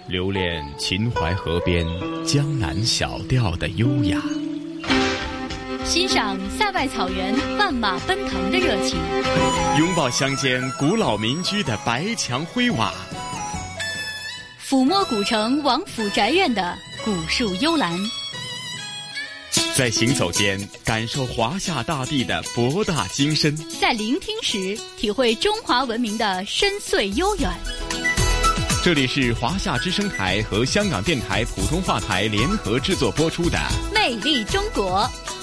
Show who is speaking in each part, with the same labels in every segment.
Speaker 1: 留恋秦淮河边江南小调的优雅，
Speaker 2: 欣赏塞外草原万马奔腾的热情，
Speaker 1: 拥抱乡间古老民居的白墙灰瓦，
Speaker 2: 抚摸古城王府宅院的古树幽兰，
Speaker 1: 在行走间感受华夏大地的博大精深，
Speaker 2: 在聆听时体会中华文明的深邃悠远。
Speaker 1: 这里是华夏之声台和香港电台普通话台联合制作播出的《
Speaker 2: 魅力中国》。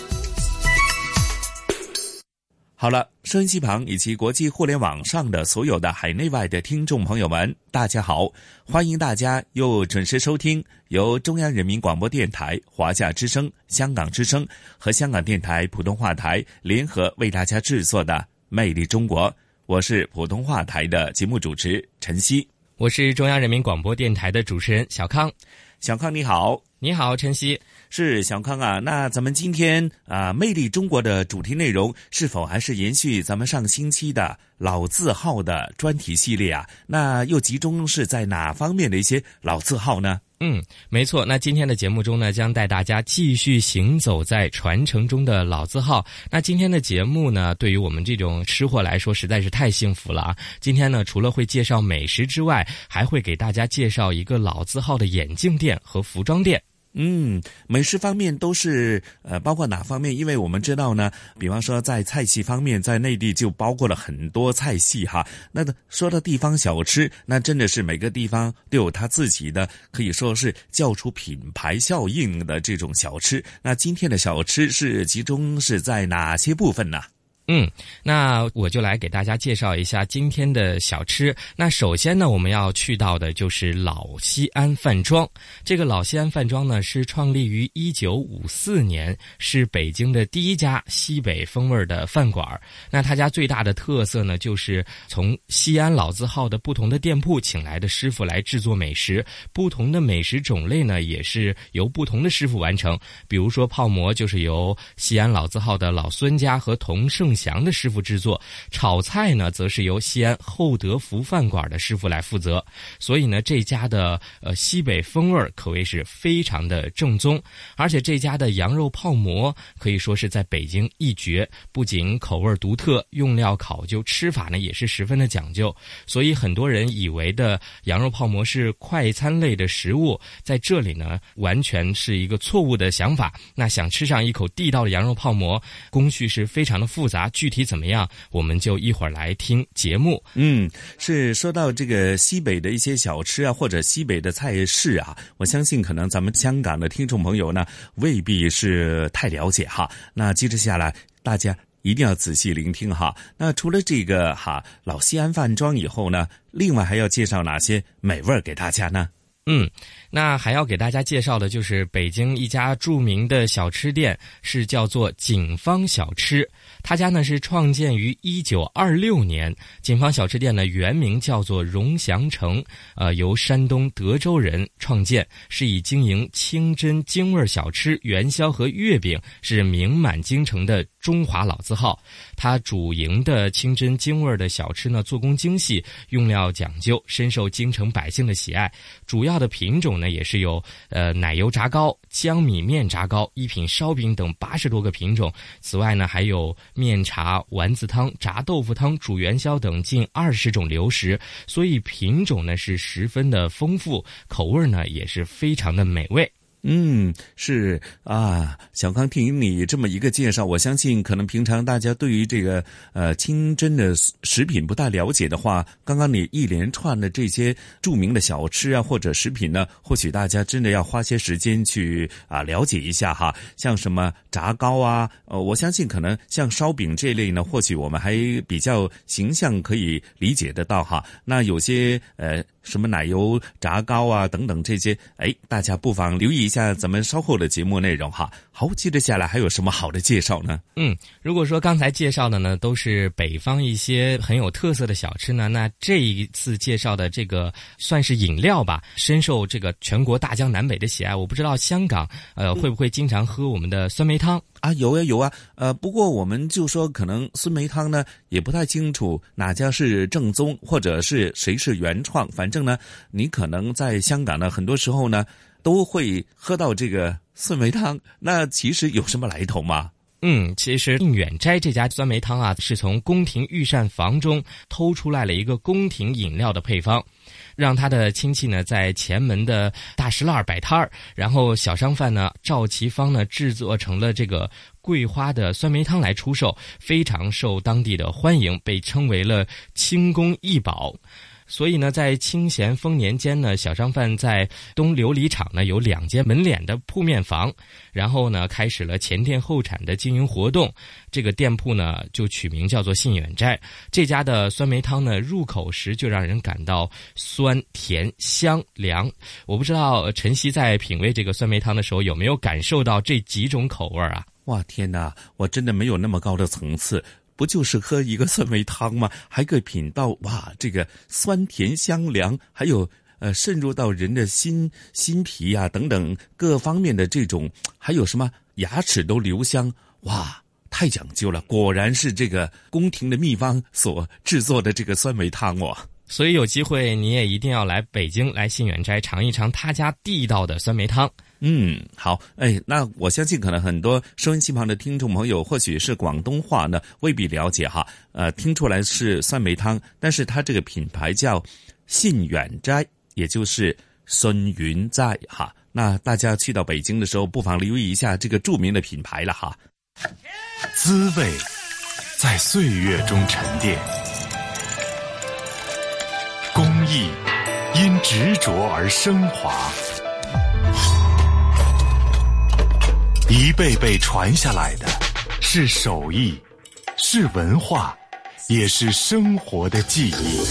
Speaker 3: 好了，收音机旁以及国际互联网上的所有的海内外的听众朋友们，大家好，欢迎大家又准时收听由中央人民广播电台、华夏之声、香港之声和香港电台普通话台联合为大家制作的《魅力中国》。我是普通话台的节目主持陈曦，
Speaker 4: 我是中央人民广播电台的主持人小康。
Speaker 3: 小康你好。
Speaker 4: 你好，陈曦。
Speaker 3: 是小康啊，那咱们今天魅力中国的主题内容是否还是延续咱们上星期的老字号的专题系列啊？那又集中是在哪方面的一些老字号呢？
Speaker 4: 没错。那今天的节目中呢，将带大家继续行走在传承中的老字号。那今天的节目呢，对于我们这种吃货来说实在是太幸福了啊！今天呢，除了会介绍美食之外，还会给大家介绍一个老字号的眼镜店和服装店。
Speaker 3: 美食方面都是包括哪方面？因为我们知道呢，比方说在菜系方面，在内地就包括了很多菜系哈。那说到地方小吃，那真的是每个地方都有它自己的，可以说是叫出品牌效应的这种小吃。那今天的小吃是集中是在哪些部分呢？
Speaker 4: 那我就来给大家介绍一下今天的小吃。那首先呢，我们要去到的就是老西安饭庄。这个老西安饭庄呢，是创立于1954年，是北京的第一家西北风味的饭馆。那他家最大的特色呢，就是从西安老字号的不同的店铺请来的师傅来制作美食，不同的美食种类呢，也是由不同的师傅完成。比如说泡馍就是由西安老字号的老孙家和童胜祥的师傅制作，炒菜呢则是由西安厚德福饭馆的师傅来负责。所以呢，这家的西北风味可谓是非常的正宗。而且这家的羊肉泡馍可以说是在北京一绝，不仅口味独特，用料考究，吃法呢也是十分的讲究。所以很多人以为的羊肉泡馍是快餐类的食物，在这里呢完全是一个错误的想法。那想吃上一口地道的羊肉泡馍，工序是非常的复杂，具体怎么样，我们就一会儿来听节目。
Speaker 3: 是说到这个西北的一些小吃啊，或者西北的菜式啊，我相信可能咱们香港的听众朋友呢，未必是太了解哈。那接着下来，大家一定要仔细聆听哈。那除了这个老西安饭庄以后呢，另外还要介绍哪些美味给大家呢？
Speaker 4: 那还要给大家介绍的就是北京一家著名的小吃店，是叫做景芳小吃。他家呢是创建于1926年，景芳小吃店呢原名叫做荣祥城，由山东德州人创建，是以经营清真京味小吃、元宵和月饼是名满京城的中华老字号。它主营的清真京味的小吃呢，做工精细，用料讲究，深受京城百姓的喜爱。主要的品种呢也是有奶油炸糕、江米面炸糕、一品烧饼等80多个品种。此外呢，还有面茶、丸子汤、炸豆腐汤、煮元宵等近20种流食，所以品种呢是十分的丰富，口味呢也是非常的美味。
Speaker 3: 是啊，小康听你这么一个介绍，我相信可能平常大家对于这个清真的食品不大了解的话，刚刚你一连串的这些著名的小吃啊或者食品呢，或许大家真的要花些时间去了解一下哈。像什么炸糕啊，我相信可能像烧饼这类呢，或许我们还比较形象可以理解得到哈。那有些什么奶油炸糕啊等等这些，大家不妨留意一下咱们稍后的节目内容哈。好，接着下来还有什么好的介绍呢？
Speaker 4: 如果说刚才介绍的呢都是北方一些很有特色的小吃呢，那这一次介绍的这个算是饮料吧，深受这个全国大江南北的喜爱。我不知道香港会不会经常喝我们的酸梅汤。
Speaker 3: 有啊，不过我们就说可能酸梅汤呢也不太清楚哪家是正宗，或者是谁是原创，反正呢你可能在香港呢很多时候呢都会喝到这个酸梅汤，那其实有什么来头吗？
Speaker 4: 其实应远斋这家酸梅汤啊，是从宫廷御膳房中偷出来了一个宫廷饮料的配方，让他的亲戚呢在前门的大石栏摆摊儿，然后小商贩呢赵其芳呢制作成了这个桂花的酸梅汤来出售，非常受当地的欢迎，被称为了清宫异宝。所以呢，在清咸丰年间呢，小商贩在东琉璃厂呢有2间门脸的铺面房，然后呢开始了前店后产的经营活动。这个店铺呢就取名叫做信远斋。这家的酸梅汤呢入口时就让人感到酸甜香凉。我不知道晨曦在品味这个酸梅汤的时候有没有感受到这几种口味啊？
Speaker 3: 哇，天哪，我真的没有那么高的层次。不就是喝一个酸梅汤吗？还可以品到哇，这个酸甜香凉，还有渗入到人的心脾啊等等各方面的这种，还有什么牙齿都留香，哇，太讲究了！果然是这个宫廷的秘方所制作的这个酸梅汤哦。
Speaker 4: 所以有机会你也一定要来北京，来信远斋尝一尝他家地道的酸梅汤。
Speaker 3: 好，那我相信可能很多收音机旁的听众朋友或许是广东话呢，未必了解哈，听出来是酸梅汤，但是它这个品牌叫信远斋，也就是信远斋哈。那大家去到北京的时候，不妨留意一下这个著名的品牌了哈。
Speaker 5: 滋味在岁月中沉淀，工艺因执着而升华。一辈辈传下来的是手艺，是文化，也是生活的记忆。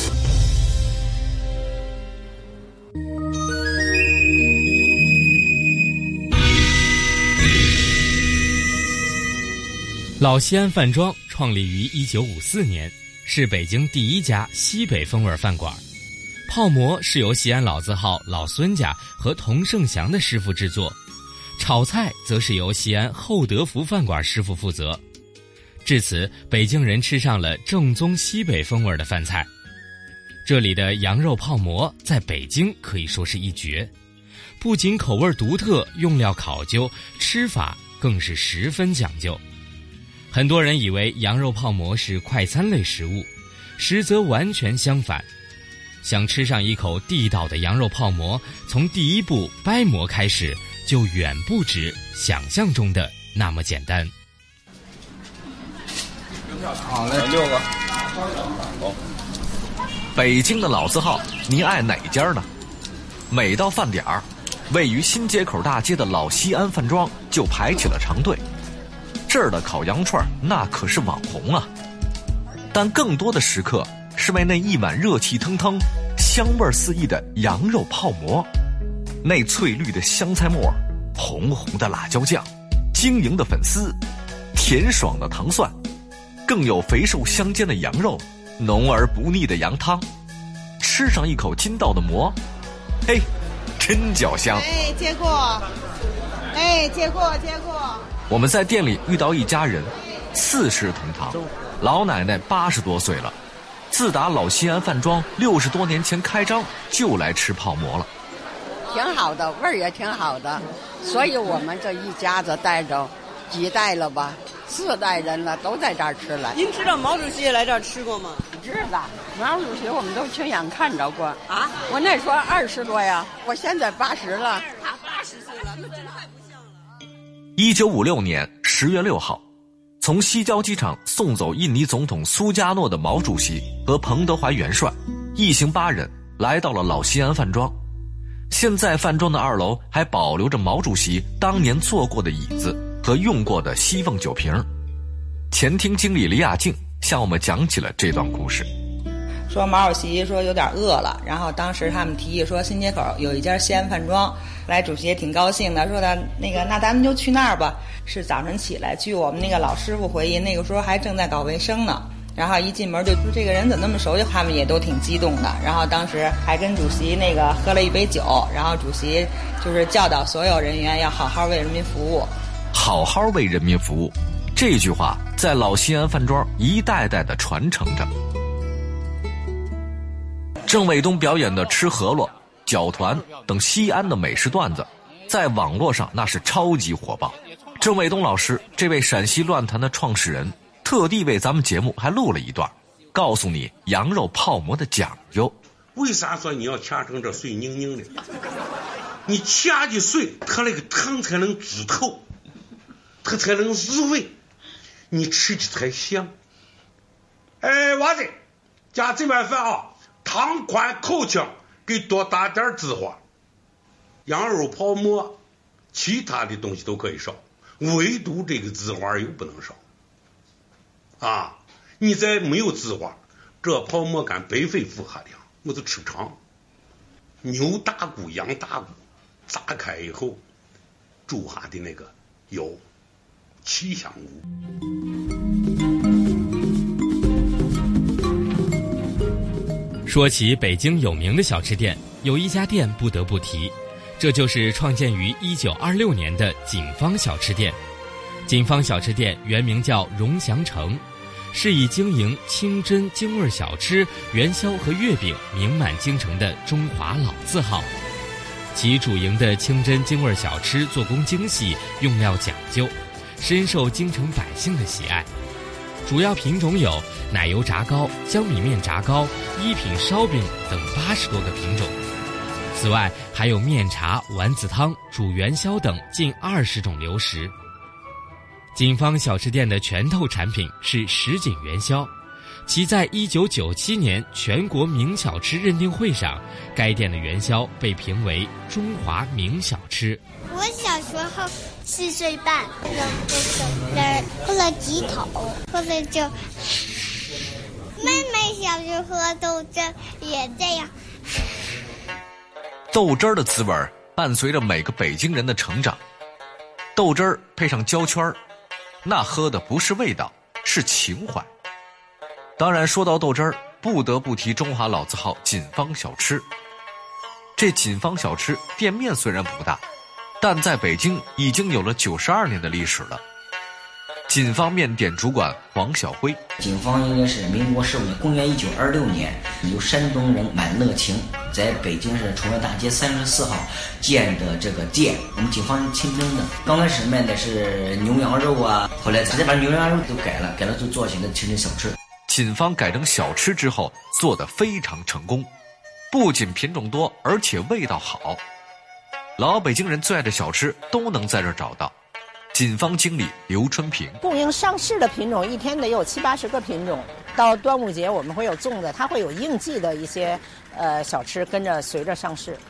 Speaker 4: 老西安饭庄创立于1954年，是北京第一家西北风味饭馆。泡馍是由西安老字号老孙家和童胜祥的师傅制作，炒菜则是由西安厚德福饭馆师傅负责。至此，北京人吃上了正宗西北风味的饭菜。这里的羊肉泡馍在北京可以说是一绝，不仅口味独特，用料考究，吃法更是十分讲究。很多人以为羊肉泡馍是快餐类食物，实则完全相反。想吃上一口地道的羊肉泡馍，从第一步掰馍开始，就远不止想象中的那么简单。
Speaker 6: 好嘞，6个。
Speaker 7: 哦，北京的老字号，您爱哪家呢？每到饭点儿，位于新街口大街的老西安饭庄就排起了长队。这儿的烤羊串那可是网红啊，但更多的时刻是为那一碗热气腾腾、香味四溢的羊肉泡馍。那翠绿的香菜末，红红的辣椒酱，晶莹的粉丝，甜爽的糖蒜，更有肥瘦相间的羊肉，浓而不腻的羊汤。吃上一口筋道的馍，嘿，真叫香！
Speaker 8: 接过，接过。
Speaker 7: 我们在店里遇到一家人，四世同堂，老奶奶80多岁了，自打老西安饭庄60多年前开张，就来吃泡馍了。
Speaker 8: 挺好的，味儿也挺好的，所以我们这一家子带着几代了吧，4代人了，都在这儿吃了。
Speaker 9: 您知道毛主席也来这儿吃过吗？
Speaker 8: 知道，毛主席我们都亲眼看着过啊。我那时候20多呀，我现在80了。
Speaker 9: 他80岁了，那真太不像了。
Speaker 7: 1956年10月6号，从西郊机场送走印尼总统苏加诺的毛主席和彭德怀元帅，一行8人来到了老西安饭庄。现在饭庄的2楼还保留着毛主席当年坐过的椅子和用过的西凤酒瓶。前厅经理李亚静向我们讲起了这段故事。
Speaker 10: 说毛主席说有点饿了，然后当时他们提议说新街口有一家西安饭庄，来主席也挺高兴的，说的那咱们就去那儿吧。是早晨起来，据我们那个老师傅回忆，那个时候还正在搞卫生呢。然后一进门就说这个人怎么那么熟悉，他们也都挺激动的。然后当时还跟主席那个喝了一杯酒，然后主席就是教导所有人员要好好为人民服务。
Speaker 7: 好好为人民服务，这句话在老西安饭庄一代代的传承着。郑卫东表演的吃饸饹、饺团等西安的美食段子，在网络上那是超级火爆。郑卫东老师这位陕西乱坛的创始人，特地为咱们节目还录了一段，告诉你羊肉泡馍的讲究。
Speaker 11: 为啥说你要掐成这碎宁宁的？你掐的碎，它那个汤才能煮透，它才能入味，你吃的才香。哎，娃子，加这碗饭啊，汤宽口清，给多打点紫花。羊肉泡馍，其他的东西都可以少，唯独这个紫花又不能少。啊，你再没有紫花，这泡馍干白费负荷量，我都吃不长。牛大骨、羊大骨炸开以后，煮下的那个油，奇香无。
Speaker 4: 说起北京有名的小吃店，有一家店不得不提，这就是创建于1926年的锦芳小吃店。锦芳小吃店原名叫荣祥城，是以经营清真京味小吃、元宵和月饼名满京城的中华老字号。其主营的清真京味小吃做工精细，用料讲究，深受京城百姓的喜爱。主要品种有奶油炸糕、江米面炸糕、一品烧饼等80多个品种。此外还有面茶、丸子汤、煮元宵等近20种流食。锦芳小吃店的拳头产品是什锦元宵，其在1997年全国名小吃认定会上，该店的元宵被评为中华名小吃。
Speaker 12: 我小时候4岁半，喝了鸡头，喝了就妹妹小时候喝豆汁也这样。
Speaker 7: 豆汁儿的滋味伴随着每个北京人的成长，豆汁儿配上焦圈儿，那喝的不是味道，是情怀。当然说到豆汁儿，不得不提中华老字号锦芳小吃。这锦芳小吃店面虽然不大，但在北京已经有了92年的历史了。锦芳面店主管黄小辉，
Speaker 13: 锦芳应该是民国15年，公元1926年，由山东人满乐清在北京市崇文大街34号建的这个店。我们锦芳是清真的，刚开始卖的是牛羊肉啊，后来再把牛羊肉都改了就做起了清真小吃。
Speaker 7: 锦芳改成小吃之后做得非常成功，不仅品种多，而且味道好。老北京人最爱的小吃都能在这儿找到。锦芳经理刘春平，
Speaker 14: 供应上市的品种一天得有70-80个品种。到端午节我们会有粽子，它会有应季的一些小吃跟着随着上市。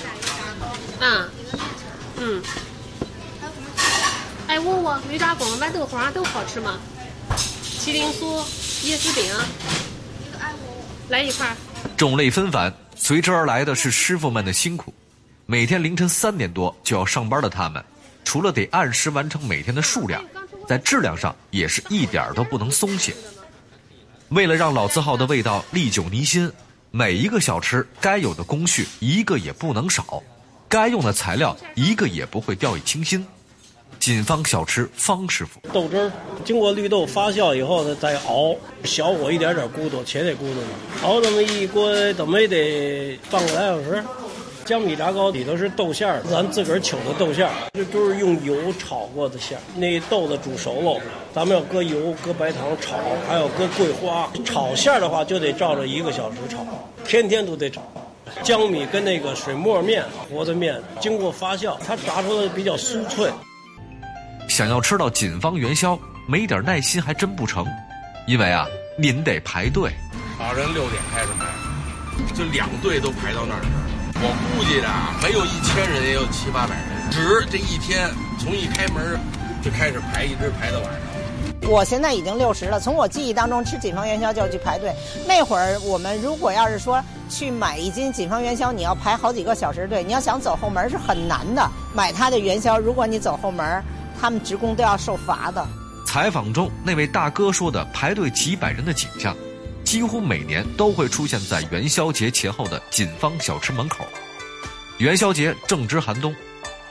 Speaker 15: 哎，我驴打滚、豌豆黄都好吃吗？麒麟酥、椰丝饼，来一块。
Speaker 7: 种类纷繁，随之而来的是师傅们的辛苦。每天凌晨3点多就要上班的他们，除了得按时完成每天的数量，在质量上也是一点都不能松懈。为了让老字号的味道历久弥新，每一个小吃该有的工序一个也不能少，该用的材料一个也不会掉以轻心。锦芳小吃方师傅，
Speaker 16: 豆汁儿经过绿豆发酵以后呢，再熬，小火一点点咕嘟，且得咕嘟嘛，熬这么一锅怎么也得半个来小时。江米炸糕里头是豆馅儿，咱自个儿取的豆馅儿，这都是用油炒过的馅儿。那豆子煮熟了，咱们要搁油、搁白糖炒，还要搁桂花。炒馅儿的话就得照着1个小时炒，天天都得炒。江米跟那个水磨面、和的面经过发酵，它炸出来比较酥脆。
Speaker 7: 想要吃到锦芳元宵，没点耐心还真不成，因为您得排队。
Speaker 6: 早晨6点开始排，就2队都排到那儿去。我估计着没有1000人，也有700-800人。只这一天从一开门就开始排，一直排到晚上。
Speaker 14: 我现在已经60了，从我记忆当中吃锦芳元宵就要去排队。那会儿我们如果要是说去买1斤锦芳元宵，你要排好几个小时队，你要想走后门是很难的。买它的元宵，如果你走后门，他们职工都要受罚的。
Speaker 7: 采访中那位大哥说的排队几百人的景象，几乎每年都会出现在元宵节前后的锦芳小吃门口。元宵节正值寒冬，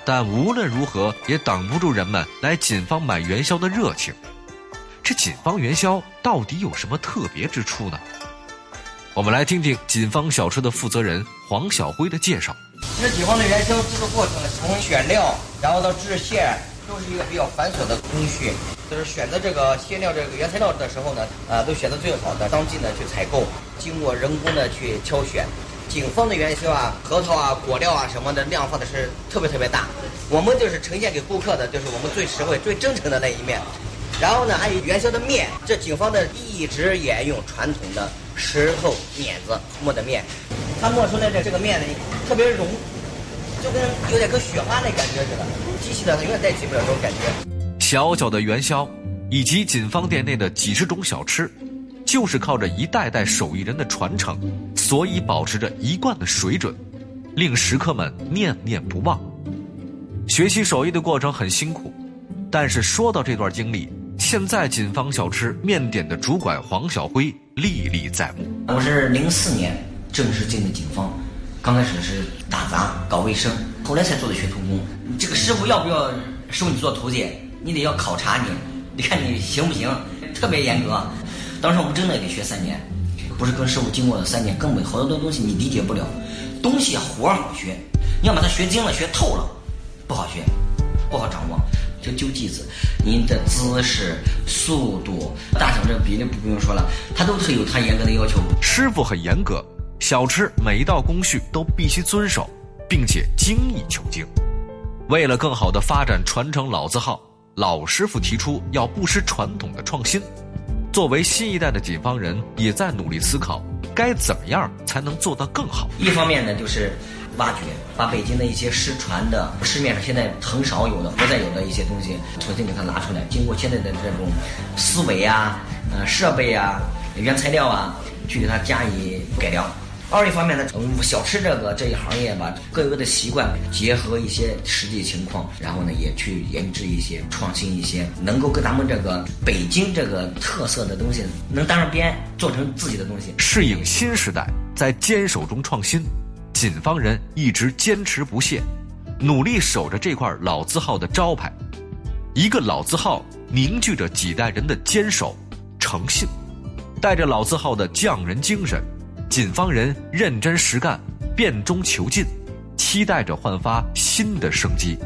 Speaker 7: 但无论如何也挡不住人们来锦芳买元宵的热情。这锦芳元宵到底有什么特别之处呢？我们来听听锦芳小吃的负责人黄小辉的介绍。
Speaker 13: 这锦芳的元宵制作过程，从选料然后到制馅，都是一个比较繁琐的工序。就是选择这个馅料、这个原材料的时候呢，都选择最好的，当即呢去采购，经过人工的去挑选。锦芳的元宵啊，核桃啊、果料啊什么的量放的是特别大。我们就是呈现给顾客的，就是我们最实惠、最真诚的那一面。然后呢，还有元宵的面，这锦芳的一直沿用传统的石头碾子磨的面，它磨出来的这个面呢特别融，就跟有点跟雪花那感觉似的，机器的它永远代替不了这种感觉。
Speaker 7: 小小的元宵以及锦芳店内的几十种小吃，就是靠着一代代手艺人的传承，所以保持着一贯的水准，令食客们念念不忘。学习手艺的过程很辛苦，但是说到这段经历，现在锦芳小吃面点的主管黄小辉历历在目。
Speaker 13: 我是04年正式进的锦芳，刚开始是打杂搞卫生，后来才做的学徒工。这个师傅要不要收你做徒弟，你得要考察你看你行不行，特别严格。当时我们真的得学3年，不是跟师傅经过了3年，根本好多东西你理解不了。东西活好学，你要把它学精了、学透了，不好学，不好掌握。就揪剂子，您的姿势、速度、大小这比例不用说了，它都是有它严格的要求。
Speaker 7: 师傅很严格，小吃每一道工序都必须遵守，并且精益求精。为了更好地发展传承老字号，老师傅提出要不失传统的创新。作为新一代的锦芳人，也在努力思考该怎么样才能做得更好。
Speaker 13: 一方面呢，就是挖掘，把北京的一些失传的、市面上现在很少有的、不再有的一些东西，重新给它拿出来，经过现在的这种思维啊、设备啊、原材料啊，去给它加以改良。二一方面呢，小吃这一行业吧，各个的习惯结合一些实际情况，然后呢也去研制一些创新一些，能够跟咱们这个北京这个特色的东西能搭上边，做成自己的东西。
Speaker 7: 适应新时代，在坚守中创新，锦芳人一直坚持不懈，努力守着这块老字号的招牌。一个老字号凝聚着几代人的坚守、诚信，带着老字号的匠人精神，锦芳人认真实干，变中求进，期待着焕发新的生机。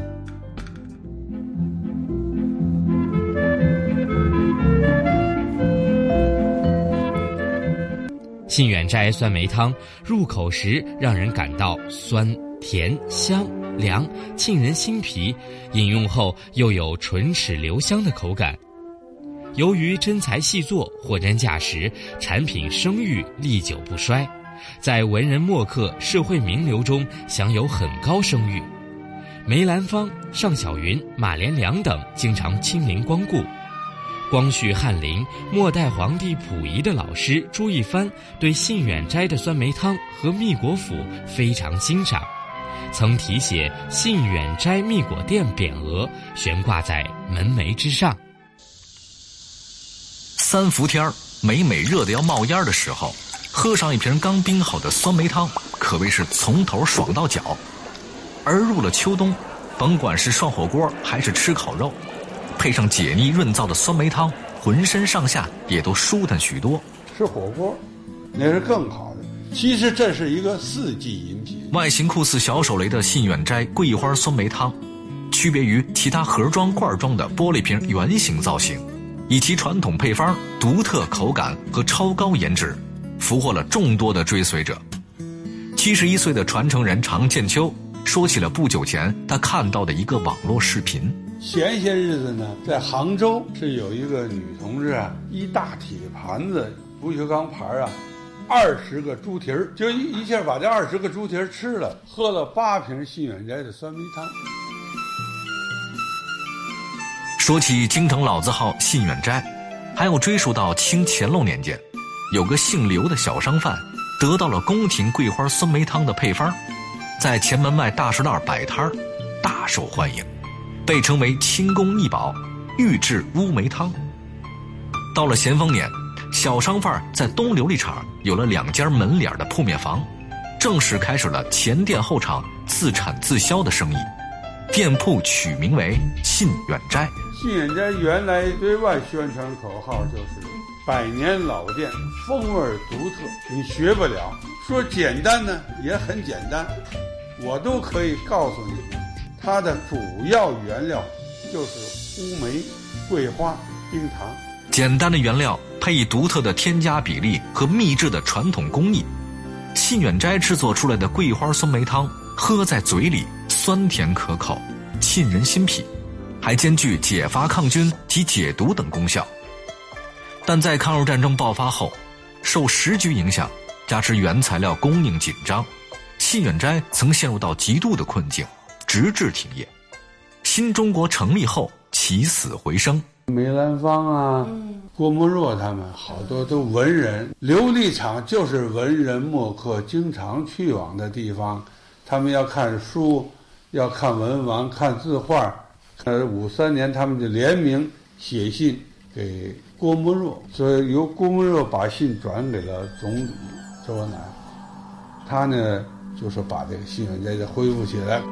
Speaker 4: 信远斋酸梅汤入口时让人感到酸、甜、香、凉，沁人心脾，饮用后又有唇齿留香的口感。由于真材细作、货真价实，产品声誉历久不衰，在文人墨客、社会名流中享有很高声誉。梅兰芳、尚小云、马连良等经常亲临光顾。光绪、翰林、末代皇帝溥仪的老师朱一帆对信远斋的酸梅汤和蜜果脯非常欣赏，曾题写信远斋蜜果店匾额，悬挂在门楣之上。
Speaker 7: 三伏天每热得要冒烟的时候，喝上一瓶刚冰好的酸梅汤，可谓是从头爽到脚。而入了秋冬，甭管是涮火锅还是吃烤肉，配上解腻润燥的酸梅汤，浑身上下也都舒坦许多。
Speaker 17: 吃火锅那是更好的。其实这是一个4季饮品。
Speaker 7: 外形酷似小手雷的信远斋桂花酸梅汤，区别于其他盒装罐装的玻璃瓶圆形造型，以其传统配方、独特口感和超高颜值，俘获了众多的追随者。71岁的传承人常建秋说起了不久前他看到的一个网络视频。
Speaker 17: 前些日子呢，在杭州是有一个女同志啊，一大铁盘子不锈钢盘啊，20个猪蹄儿，就一下把这20个猪蹄儿吃了，喝了8瓶信远斋的酸梅汤。
Speaker 7: 说起京城老字号信远斋，还要追溯到清乾隆年间，有个姓刘的小商贩得到了宫廷桂花酸梅汤的配方，在前门外大石栏摆摊儿，大受欢迎，被称为清宫秘宝、御制乌梅汤。到了咸丰年，小商贩在东琉璃厂有了2家门脸的铺面房，正式开始了前店后厂自产自销的生意。 店铺取名为信远斋。
Speaker 17: 信远斋原来对外宣传口号就是百年老店，风味独特，你学不了。说简单呢，也很简单，我都可以告诉你们，它的主要原料就是乌梅、桂花、冰糖。
Speaker 7: 简单的原料配以独特的添加比例和秘制的传统工艺，信远斋制作出来的桂花酸梅汤，喝在嘴里酸甜可口，沁人心脾，还兼具解乏抗菌及解毒等功效。但在抗日战争爆发后，受时局影响，加之原材料供应紧张，信远斋曾陷入到极度的困境，直至停业。新中国成立后起死回生，
Speaker 17: 梅兰芳啊，郭沫若他们好多都文人，琉璃厂就是文人墨客经常去往的地方。他们要看书，要看文玩，看字画。53年他们就联名写信给郭沫若，所以由郭沫若把信转给了总理周恩来，他呢就说把这个信远斋恢复起来。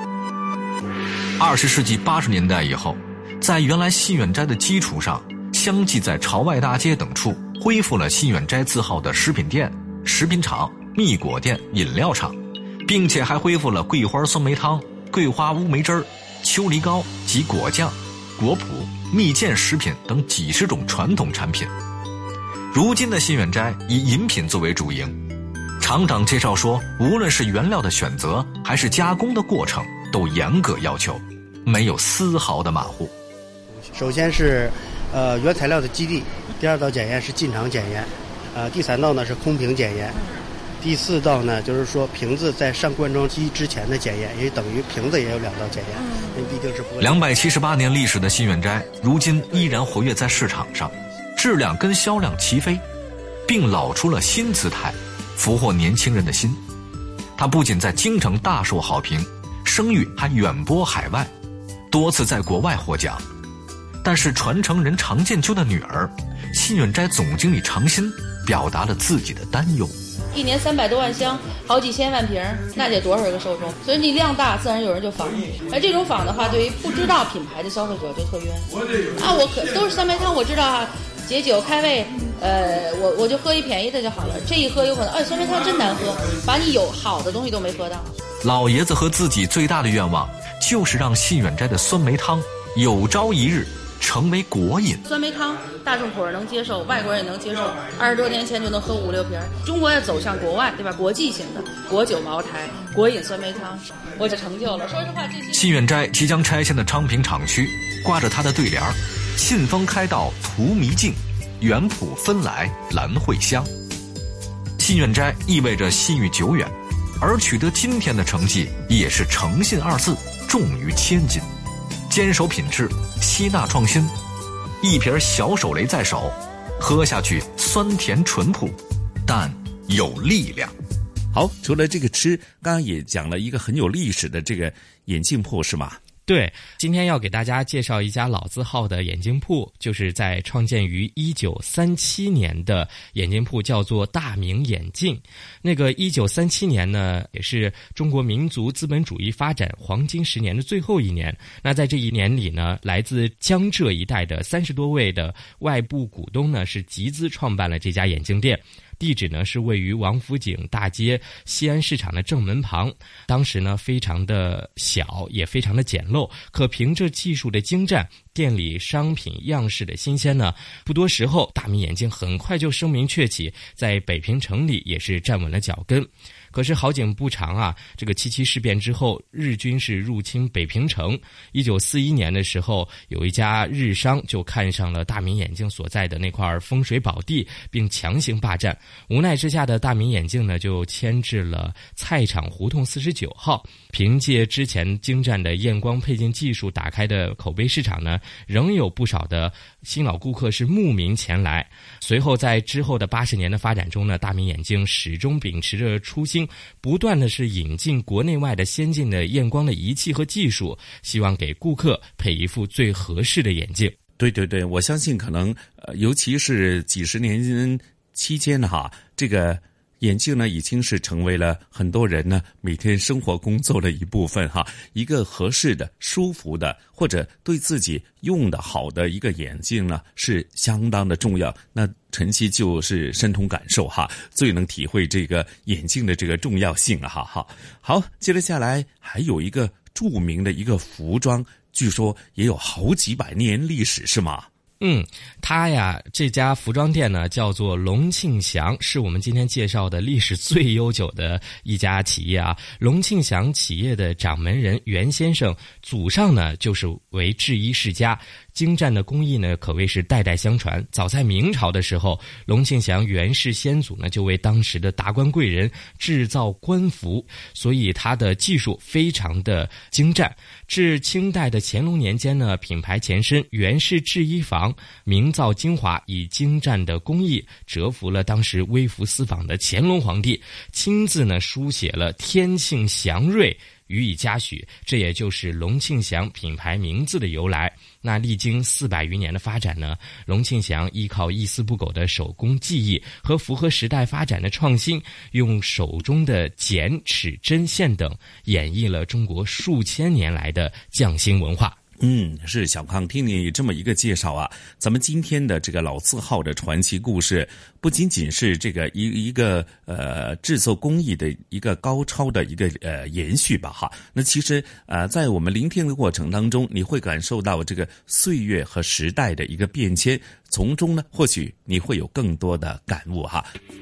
Speaker 7: 20世纪80年代以后，在原来信远斋的基础上，相继在朝外大街等处恢复了信远斋字号的食品店、食品厂、蜜果店、饮料厂，并且还恢复了桂花酸梅汤、桂花乌梅汁儿、秋梨膏及果酱、果脯、蜜饯食品等几十种传统产品。如今的信远斋以饮品作为主营，厂长介绍说，无论是原料的选择还是加工的过程都严格要求，没有丝毫的马虎。
Speaker 18: 首先是原材料的基地，第二道检验是进厂检验，第三道呢是空瓶检验，第四道呢就是说瓶子在上灌装机之前的检验，也等于瓶子也有2道检验，因为毕竟是玻璃。
Speaker 7: 278年历史的信远斋如今依然活跃在市场上，质量跟销量齐飞，并老出了新姿态，俘获年轻人的心。它不仅在京城大受好评，声誉还远播海外，多次在国外获奖。但是传承人常建秋的女儿，信远斋总经理常新表达了自己的担忧。
Speaker 19: 1年300多万箱，好几千万瓶，那得多少个受众？所以你量大，自然有人就仿你。而这种仿的话，对于不知道品牌的消费者就特冤。我可都是酸梅汤，我知道啊，解酒开胃，我就喝一便宜的就好了。这一喝有可能，酸梅汤真难喝，把你有好的东西都没喝到。
Speaker 7: 老爷子和自己最大的愿望，就是让信远斋的酸梅汤有朝一日成为国饮。
Speaker 19: 酸梅汤大众口味能接受，外国人也能接受，20多年前就能喝5、6瓶。中国要走向国外，对吧？国际型的国酒茅台、国饮酸梅汤，我就成就了。说实话，这些
Speaker 7: 信远斋即将拆迁的昌平厂区挂着它的对联：信丰开道图迷境，园圃分来兰蕙香。信远斋意味着信誉久远，而取得今天的成绩也是诚信2字重于千金。坚守品质，吸纳创新，一瓶小手雷在手，喝下去酸甜淳朴，但有力量。
Speaker 3: 好，除了这个吃，刚刚也讲了一个很有历史的这个眼镜铺，是吗？
Speaker 4: 对，今天要给大家介绍一家老字号的眼镜铺，就是在创建于1937年的眼镜铺，叫做大明眼镜。那个1937年呢，也是中国民族资本主义发展黄金10年的最后一年。那在这一年里呢，来自江浙一带的30多位的外部股东呢，是集资创办了这家眼镜店。地址呢是位于王府井大街西安市场的正门旁，当时呢非常的小，也非常的简陋，可凭着技术的精湛，店里商品样式的新鲜呢，不多时候大明眼镜很快就声名鹊起，在北平城里也是站稳了脚跟。可是好景不长啊，这个7.7事变之后，日军是入侵北平城。1941年的时候，有一家日商就看上了大明眼镜所在的那块风水宝地，并强行霸占。无奈之下的大明眼镜呢，就迁至了菜场胡同49号。凭借之前精湛的验光配镜技术打开的口碑市场呢，仍有不少的新老顾客是慕名前来。随后在之后的80年的发展中呢，大明眼镜始终秉持着初心，不断的是引进国内外的先进的验光的仪器和技术，希望给顾客配一副最合适的眼镜。
Speaker 3: 对对对，我相信可能尤其是几十年期间哈，这个眼镜呢已经是成为了很多人呢每天生活工作的一部分哈。一个合适的、舒服的或者对自己用的好的一个眼镜呢是相当的重要。那晨曦就是深同感受哈，最能体会这个眼镜的这个重要性啊哈。好，接着下来还有一个著名的一个服装，据说也有好几百年历史是吗？
Speaker 4: 它呀，这家服装店呢叫做龙庆祥，是我们今天介绍的历史最悠久的一家企业啊。龙庆祥企业的掌门人袁先生，祖上呢就是为制衣世家，精湛的工艺呢可谓是代代相传。早在明朝的时候，龙庆祥袁氏先祖呢就为当时的达官贵人制造官服，所以他的技术非常的精湛。至清代的乾隆年间呢，品牌前身袁氏制衣坊名噪精华，以精湛的工艺折服了当时微服私访的乾隆皇帝，亲自呢书写了天庆祥瑞予以嘉许，这也就是龙庆祥品牌名字的由来。那历经400余年的发展呢，龙庆祥依靠一丝不苟的手工技艺和符合时代发展的创新，用手中的剪、尺、针、线等演绎了中国数千年来的匠心文化。
Speaker 3: 是小康，听你这么一个介绍啊，咱们今天的这个老字号的传奇故事，不仅仅是这个一个制作工艺的一个高超的一个延续吧哈。那其实在我们聆听的过程当中，你会感受到这个岁月和时代的一个变迁，从中呢或许你会有更多的感悟哈。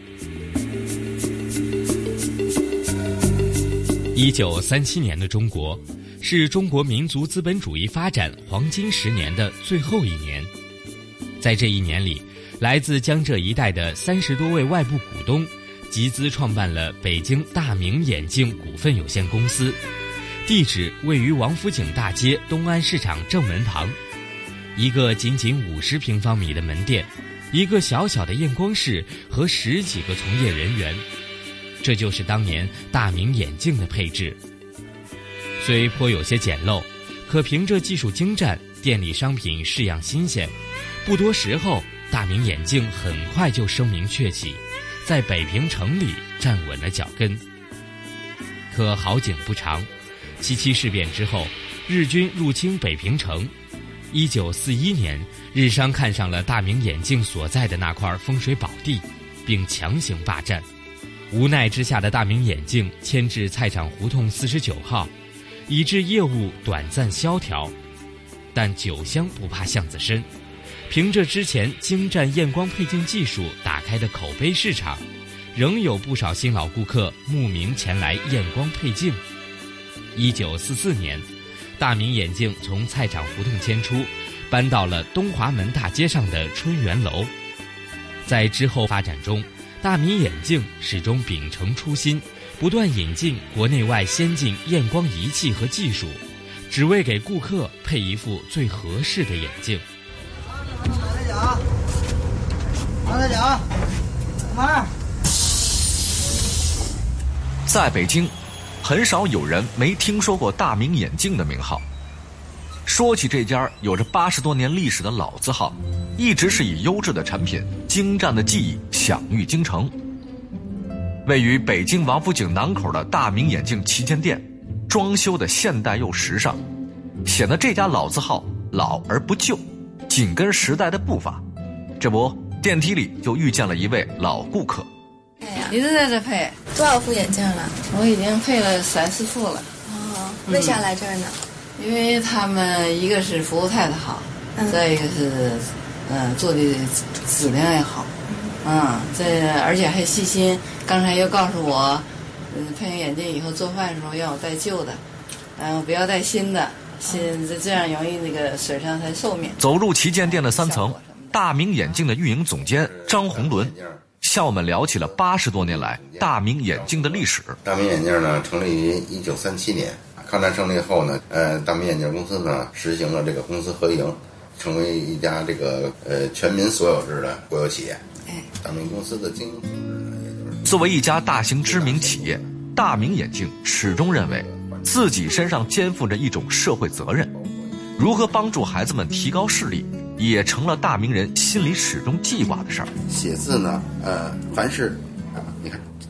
Speaker 4: 1937年的中国是中国民族资本主义发展黄金10年的最后一年。在这一年里，来自江浙一带的30多位外部股东集资创办了北京大明眼镜股份有限公司，地址位于王府井大街东安市场正门旁。一个仅仅50平方米的门店，一个小小的验光室和10几个从业人员，这就是当年大明眼镜的配置。虽颇有些简陋，可凭着技术精湛，店里商品式样新鲜，不多时后，大明眼镜很快就声名鹊起，在北平城里站稳了脚跟。可好景不长，77事变之后，日军入侵北平城。1941年，日商看上了大明眼镜所在的那块风水宝地，并强行霸占。无奈之下的大明眼镜迁至菜场胡同49号，以致业务短暂萧条。但酒香不怕巷子深，凭着之前精湛验光配镜技术打开的口碑市场，仍有不少新老顾客慕名前来验光配镜。1944年，大明眼镜从菜场胡同迁出，搬到了东华门大街上的春园楼。在之后发展中，大明眼镜始终秉承初心，不断引进国内外先进验光仪器和技术，只为给顾客配一副最合适的眼镜。
Speaker 7: 在北京，很少有人没听说过大明眼镜的名号。说起这家有着80多年历史的老字号，一直是以优质的产品、精湛的技艺享誉京城。位于北京王府井南口的大明眼镜旗舰店，装修的现代又时尚，显得这家老字号老而不旧，紧跟时代的步伐。这不，电梯里就遇见了一位老顾客。
Speaker 20: 一直在这配，多少副眼镜了？我已经配了3、4副了。
Speaker 21: 为啥来这儿呢？
Speaker 20: 因为他们一个是服务态度好，再一个是做的质量也好，这而且还细心。刚才又告诉我，配上眼镜以后做饭的时候让我戴旧的，不要戴新的，这样容易那个损伤它寿命。
Speaker 7: 走入旗舰店的3层，大明眼镜的运营总监张宏伦向我们聊起了80多年来大明眼镜的历史。
Speaker 22: 大明眼镜呢，成立于1937年。抗战胜利后呢，大明眼镜公司呢实行了这个公私合营，成为一家这个全民所有制的国有企业。大明公司的经营方式呢，也就是
Speaker 7: 作为一家大型知名企业，大明眼镜始终认为自己身上肩负着一种社会责任，如何帮助孩子们提高视力，也成了大明人心里始终记挂的事儿。
Speaker 22: 写字呢，凡是你看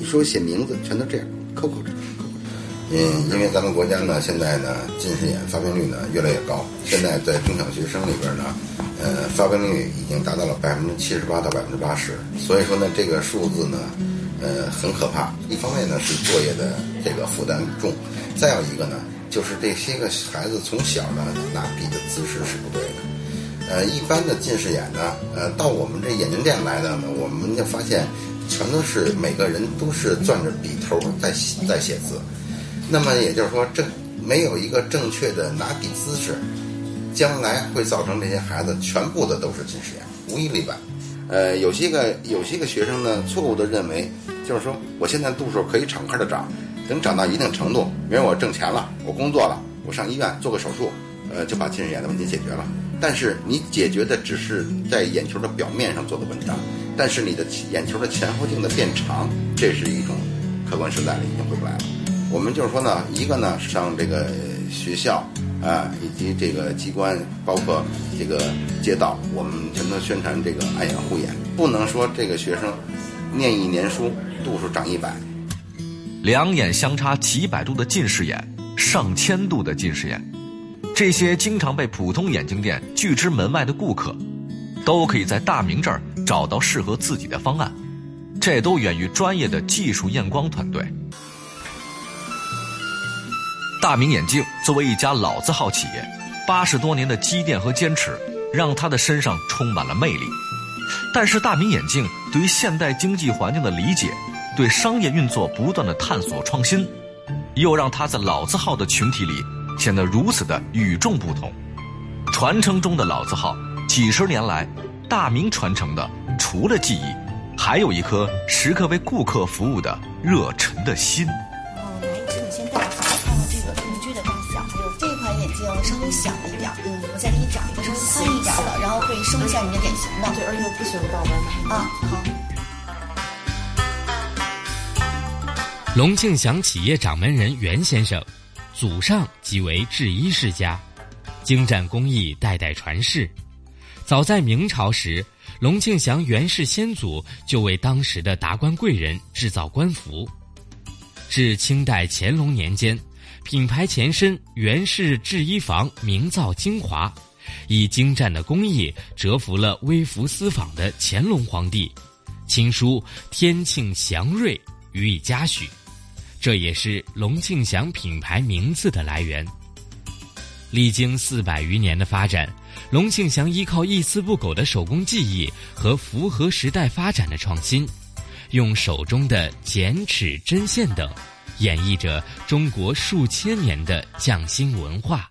Speaker 22: 你说写名字全都这样，扣扣着。因为咱们国家呢，现在呢，近视眼发病率呢越来越高。现在在中小学生里边呢，发病率已经达到了78%到80%。所以说呢，这个数字呢，很可怕。一方面呢是作业的这个负担重，再有一个呢，就是这些个孩子从小呢拿笔的姿势是不对的。一般的近视眼呢，到我们这眼镜店来的呢，我们就发现全都是每个人都是攥着笔头在写字。那么也就是说，没有一个正确的拿笔姿势，将来会造成这些孩子全部的都是近视眼，无一例外。有些个学生呢，错误的认为，就是说我现在度数可以敞开的长，等长到一定程度，明儿我挣钱了，我工作了，我上医院做个手术，就把近视眼的问题解决了。但是你解决的只是在眼球的表面上做的文章，但是你的眼球的前后径的变长，这是一种客观存在的，已经回不来了。我们就是说呢，一个呢上这个学校以及这个机关，包括这个街道，我们全都宣传这个爱眼护眼，不能说这个学生念一年书度数长100，
Speaker 7: 两眼相差几百度的近视眼，上千度的近视眼，这些经常被普通眼镜店拒之门外的顾客，都可以在大明这儿找到适合自己的方案，这都源于专业的技术验光团队。大明眼镜作为一家老字号企业，80多年的积淀和坚持，让他的身上充满了魅力。但是大明眼镜对于现代经济环境的理解，对商业运作不断的探索创新，又让他在老字号的群体里显得如此的与众不同。传承中的老字号，几十年来，大明传承的除了技艺，还有一颗时刻为顾客服务的热忱的心。
Speaker 1: 稍微小一点，我再给你找一个稍微宽一点的，然后会收一下你的脸型的。对，而且我不喜欢倒弯的。
Speaker 4: 好。龙庆祥企业掌门人袁先生，祖上即为制衣世家，精湛工艺代代传世。早在明朝时，龙庆祥袁氏先祖就为当时的达官贵人制造官服。至清代乾隆年间，品牌前身袁氏制衣坊名噪精华，以精湛的工艺折服了微服私访的乾隆皇帝，亲书天庆祥瑞予以嘉许，这也是龙庆祥品牌名字的来源。历经400余年的发展，龙庆祥依靠一丝不苟的手工技艺和符合时代发展的创新，用手中的剪尺针线等演绎着中国数千年的匠心文化。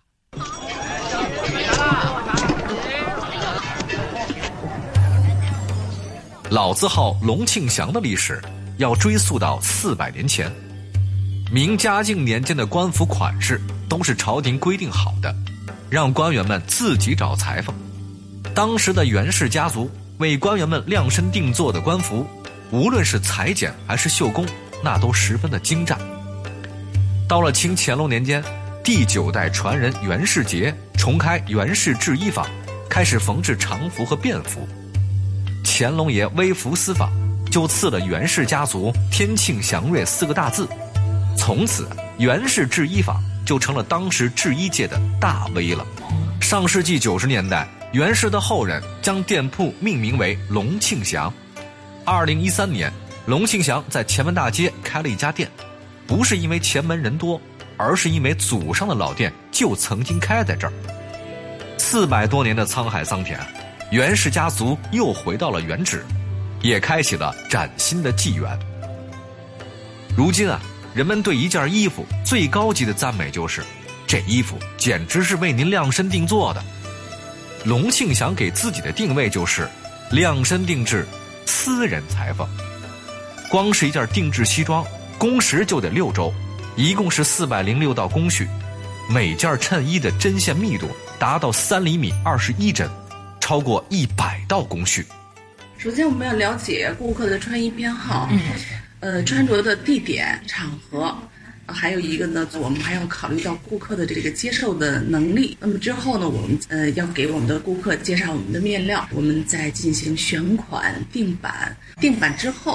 Speaker 7: 老字号龙庆祥的历史要追溯到400年前。明嘉靖年间的官服款式都是朝廷规定好的，让官员们自己找裁缝。当时的袁氏家族为官员们量身定做的官服，无论是裁剪还是绣工，那都十分的精湛。到了清乾隆年间，第9代传人袁世杰重开袁氏制衣坊，开始缝制常服和便服。乾隆爷微服私访，就赐了袁氏家族天庆祥瑞4个大字，从此袁氏制衣坊就成了当时制衣界的大 V 了。上世纪90年代，袁氏的后人将店铺命名为龙庆祥。2013年，龙庆祥在前门大街开了一家店，不是因为前门人多，而是因为祖上的老店就曾经开在这儿。400多年的沧海桑田，袁氏家族又回到了原址，也开启了崭新的纪元。如今人们对一件衣服最高级的赞美就是，这衣服简直是为您量身定做的。龙庆祥给自己的定位就是量身定制私人裁缝。光是一件定制西装，工时就得6周，一共是406道工序，每件衬衣的针线密度达到3厘米21针，超过100道工序。
Speaker 2: 首先我们要了解顾客的穿衣偏好，穿着的地点场合，还有一个呢，我们还要考虑到顾客的这个接受的能力。那么之后呢，我们要给我们的顾客介绍我们的面料，我们再进行选款定版。定版之后，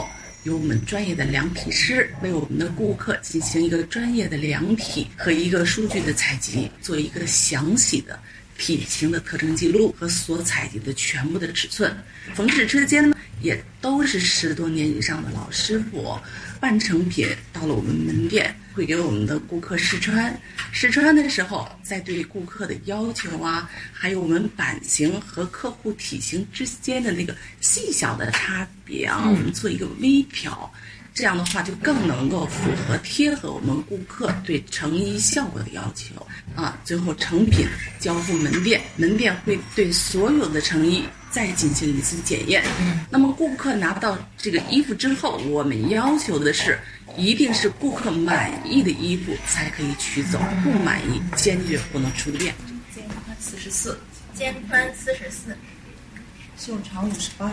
Speaker 2: 由我们专业的量体师为我们的顾客进行一个专业的量体和一个数据的采集，做一个详细的体型的特征记录和所采集的全部的尺寸。缝制车间呢，也都是10多年以上的老师傅。半成品到了我们门店，会给我们的顾客试穿。试穿的时候，再对顾客的要求啊，还有我们版型和客户体型之间的那个细小的差别啊，我们做一个微调。这样的话就更能够符合贴合我们顾客对成衣效果的要求啊。最后成品交付门店，门店会对所有的成衣再进行一次检验。那么顾客拿到这个衣服之后，我们要求的是一定是顾客满意的衣服才可以取走，不满意坚决不能出店。
Speaker 1: 肩宽44，
Speaker 21: 肩宽44，
Speaker 1: 袖长58。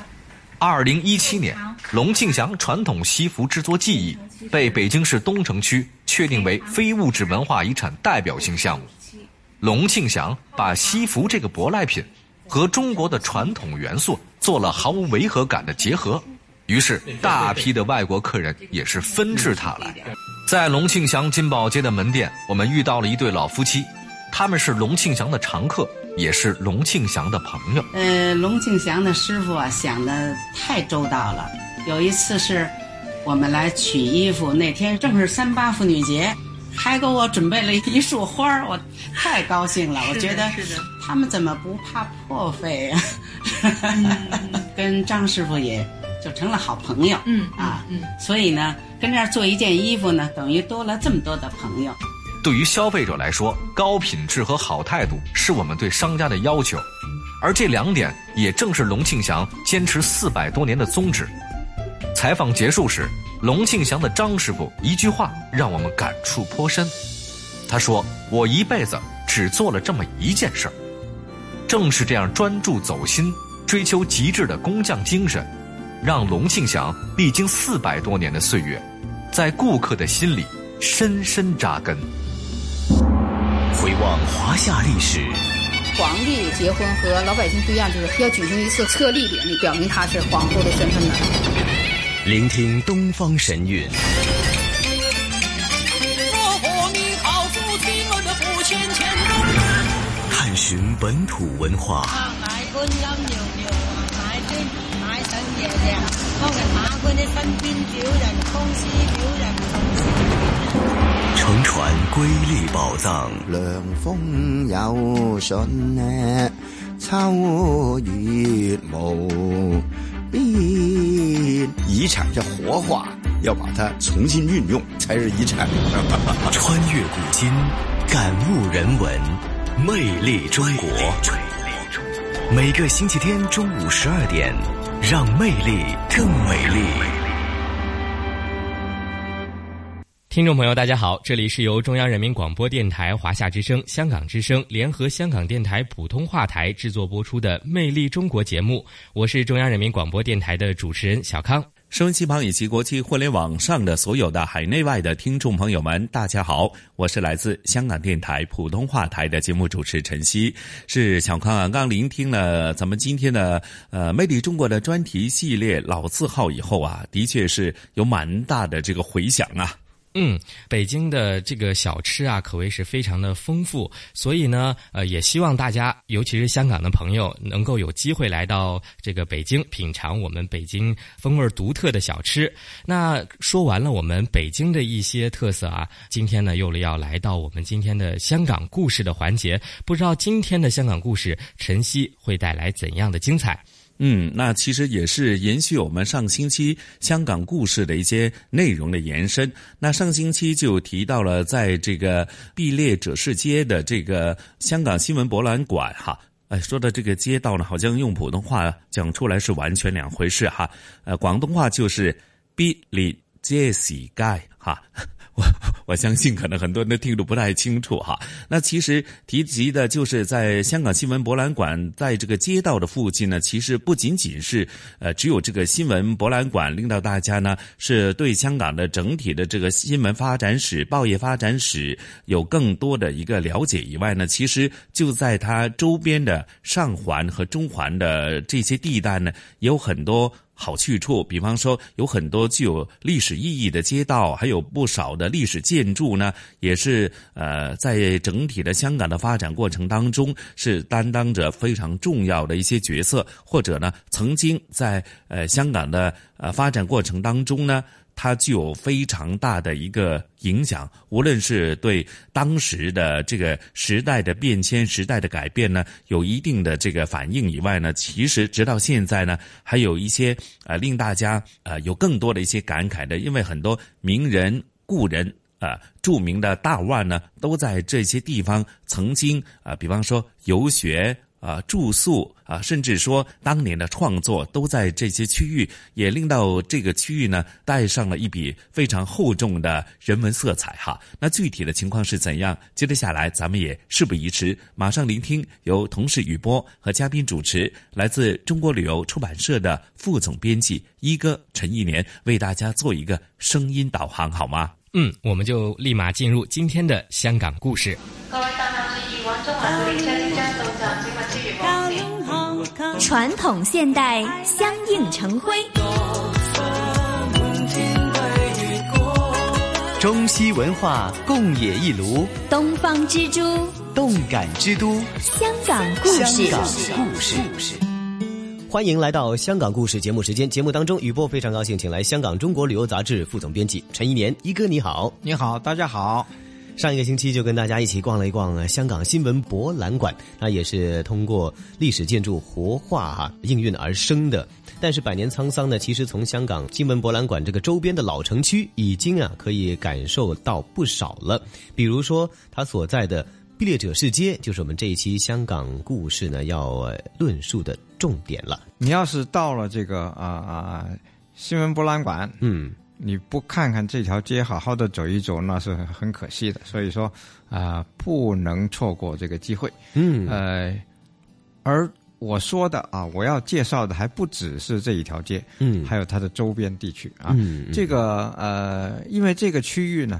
Speaker 7: 2017年，龙庆祥传统西服制作技艺被北京市东城区确定为非物质文化遗产代表性项目。龙庆祥把西服这个舶来品和中国的传统元素做了毫无违和感的结合，于是大批的外国客人也是纷至沓来。在龙庆祥金宝街的门店，我们遇到了一对老夫妻，他们是龙庆祥的常客，也是龙庆祥的朋友。
Speaker 5: 龙庆祥的师傅啊，想的太周到了。有一次是我们来取衣服，那天正是38妇女节，还给我准备了一束花，我太高兴了。我觉得他们怎么不怕破费啊？跟张师傅也就成了好朋友。所以呢，跟这儿做一件衣服呢，等于多了这么多的朋友。
Speaker 7: 对于消费者来说，高品质和好态度是我们对商家的要求，而这2点也正是龙庆祥坚持400多年的宗旨。采访结束时，龙庆祥的张师傅一句话让我们感触颇深。他说：“我一辈子只做了这么一件事儿。”正是这样专注走心、追求极致的工匠精神，让龙庆祥历经400多年的岁月，在顾客的心里深深扎根。
Speaker 8: 回望华夏历史，
Speaker 23: 皇帝结婚和老百姓不一样，就是要举行一次册立典礼，表明他是皇后的身份的。
Speaker 8: 聆听东方神韵。探寻本土文化。乘船瑰丽宝藏，
Speaker 24: 凉風有信呢，秋月無邊。遺產這活化，要把它重新運用，才是遺產。
Speaker 8: 穿越古今，感悟人文，魅力中國。每個星期天中午12點，讓魅力更美麗。
Speaker 4: 听众朋友大家好，这里是由中央人民广播电台华夏之声、香港之声联合香港电台普通话台制作播出的魅力中国节目，我是中央人民广播电台的主持人小康。
Speaker 3: 收音机旁以及国际互联网上的所有的海内外的听众朋友们，大家好，我是来自香港电台普通话台的节目主持陈曦。是小康啊，刚聆听了咱们今天的魅力中国的专题系列老字号以后啊，的确是有蛮大的这个回响啊。
Speaker 4: 北京的这个小吃啊，可谓是非常的丰富，所以呢，也希望大家，尤其是香港的朋友，能够有机会来到这个北京，品尝我们北京风味独特的小吃。那说完了我们北京的一些特色啊，今天呢，又要来到我们今天的香港故事的环节。不知道今天的香港故事，陈曦会带来怎样的精彩？
Speaker 3: 那其实也是延续我们上星期香港故事的一些内容的延伸。那上星期就提到了在这个毕列者士街的这个香港新闻博览馆哈，说的这个街道呢，好像用普通话讲出来是完全两回事哈。广东话就是毕列街士街哈。我相信可能很多人都听得不太清楚哈。那其实提及的就是在香港新闻博览馆，在这个街道的附近呢，其实不仅仅是只有这个新闻博览馆令到大家呢是对香港的整体的这个新闻发展史、报业发展史有更多的一个了解以外呢，其实就在它周边的上环和中环的这些地带呢，有很多好去处，比方说有很多具有历史意义的街道，还有不少的历史建筑呢，也是在整体的香港的发展过程当中是担当着非常重要的一些角色，或者呢曾经在香港的发展过程当中呢，它具有非常大的一个影响，无论是对当时的这个时代的变迁、时代的改变呢，有一定的这个反应以外呢，其实直到现在呢，还有一些令大家有更多的一些感慨的，因为很多名人故人著名的大腕呢，都在这些地方曾经比方说游学。住宿甚至说当年的创作都在这些区域，也令到这个区域呢带上了一笔非常厚重的人文色彩哈。那具体的情况是怎样？接着下来咱们也事不宜迟，马上聆听由同事雨波和嘉宾主持，来自中国旅游出版社的副总编辑一哥陈一年为大家做一个声音导航，好吗？
Speaker 4: 我们就立马进入今天的香港故事。
Speaker 9: 传统现代相映成辉，
Speaker 8: 中西文化共冶一炉，
Speaker 9: 东方之珠，
Speaker 8: 动感之都，
Speaker 9: 香港故事。
Speaker 10: 欢迎来到香港故事节目时间。节目当中，雨波非常高兴请来香港中国旅游杂志副总编辑陈一年一哥，你好。
Speaker 11: 你好，大家好。
Speaker 10: 上一个星期就跟大家一起逛了一逛香港新闻博览馆，那也是通过历史建筑活化应运而生的。但是百年沧桑呢，其实从香港新闻博览馆这个周边的老城区已经可以感受到不少了。比如说它所在的毕列者士街，就是我们这一期香港故事呢要论述的重点了。
Speaker 11: 你要是到了这个新闻博览馆，你不看看这条街，好好的走一走，那是很可惜的。所以说不能错过这个机会。而我说的我要介绍的还不只是这一条街，还有它的周边地区这个因为这个区域呢，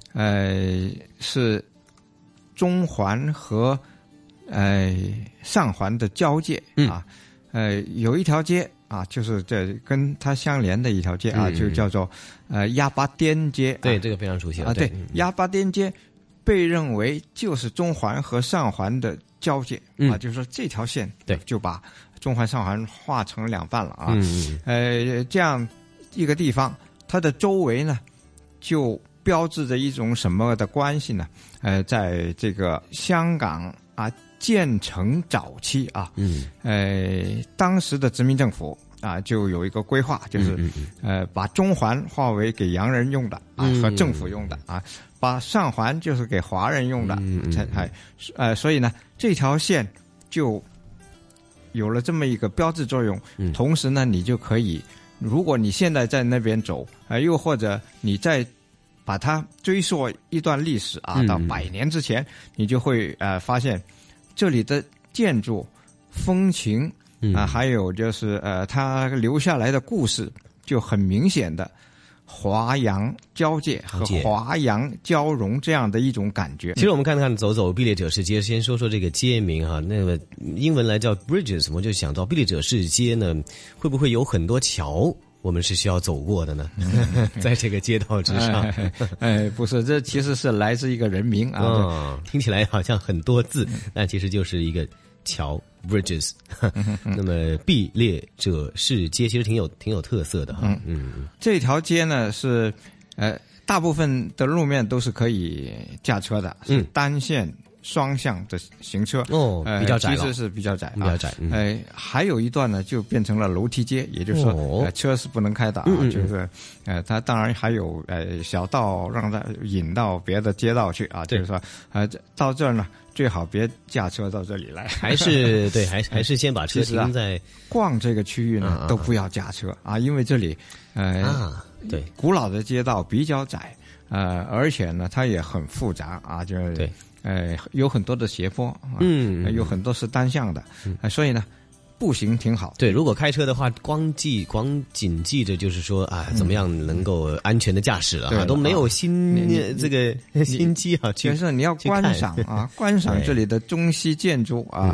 Speaker 11: 是中环和上环的交界有一条街就是这跟它相连的一条街就叫做鸭巴甸街。
Speaker 10: 对，这个非常熟悉了。
Speaker 11: 对，鸭巴甸街被认为就是中环和上环的交界就是说这条线就把中环上环划成两半了这样一个地方，它的周围呢就标志着一种什么的关系呢？在这个香港建成早期当时的殖民政府就有一个规划，就是把中环划为给洋人用的和政府用的把上环就是给华人用的所以呢这条线就有了这么一个标志作用。同时呢你就可以，如果你现在在那边走又或者你在把它追溯一段历史到100年之前，你就会发现这里的建筑风情还有就是它留下来的故事就很明显的华洋交界和华洋交融这样的一种感觉。
Speaker 10: 其实我们看走走毕列者士街，先说说这个街名那个英文来叫 Bridges， 我就想到毕列者士街呢，会不会有很多桥我们是需要走过的呢？在这个街道之上
Speaker 11: 不是，这其实是来自一个人名
Speaker 10: 听起来好像很多字，但其实就是一个桥 Bridges 那么毕列者士街其实挺有特色的
Speaker 11: 这条街呢是大部分的路面都是可以驾车的，是单线双向的行车
Speaker 10: 比较窄了，
Speaker 11: 其实是比较窄还有一段呢就变成了楼梯街，也就是说车是不能开的就是它当然还有小道让它引到别的街道去就是说到这儿呢最好别驾车到这里来，
Speaker 10: 还是对还是先把车停在
Speaker 11: 逛这个区域呢都不要驾车因为这里
Speaker 10: 对
Speaker 11: 古老的街道比较窄而且呢它也很复杂就是
Speaker 10: 对
Speaker 11: 有很多的斜坡有很多是单向的所以呢步行挺好。
Speaker 10: 对，如果开车的话光谨记着就是说怎么样能够安全的驾驶了都没有这个心机
Speaker 11: 其实你要观赏观赏这里的中西建筑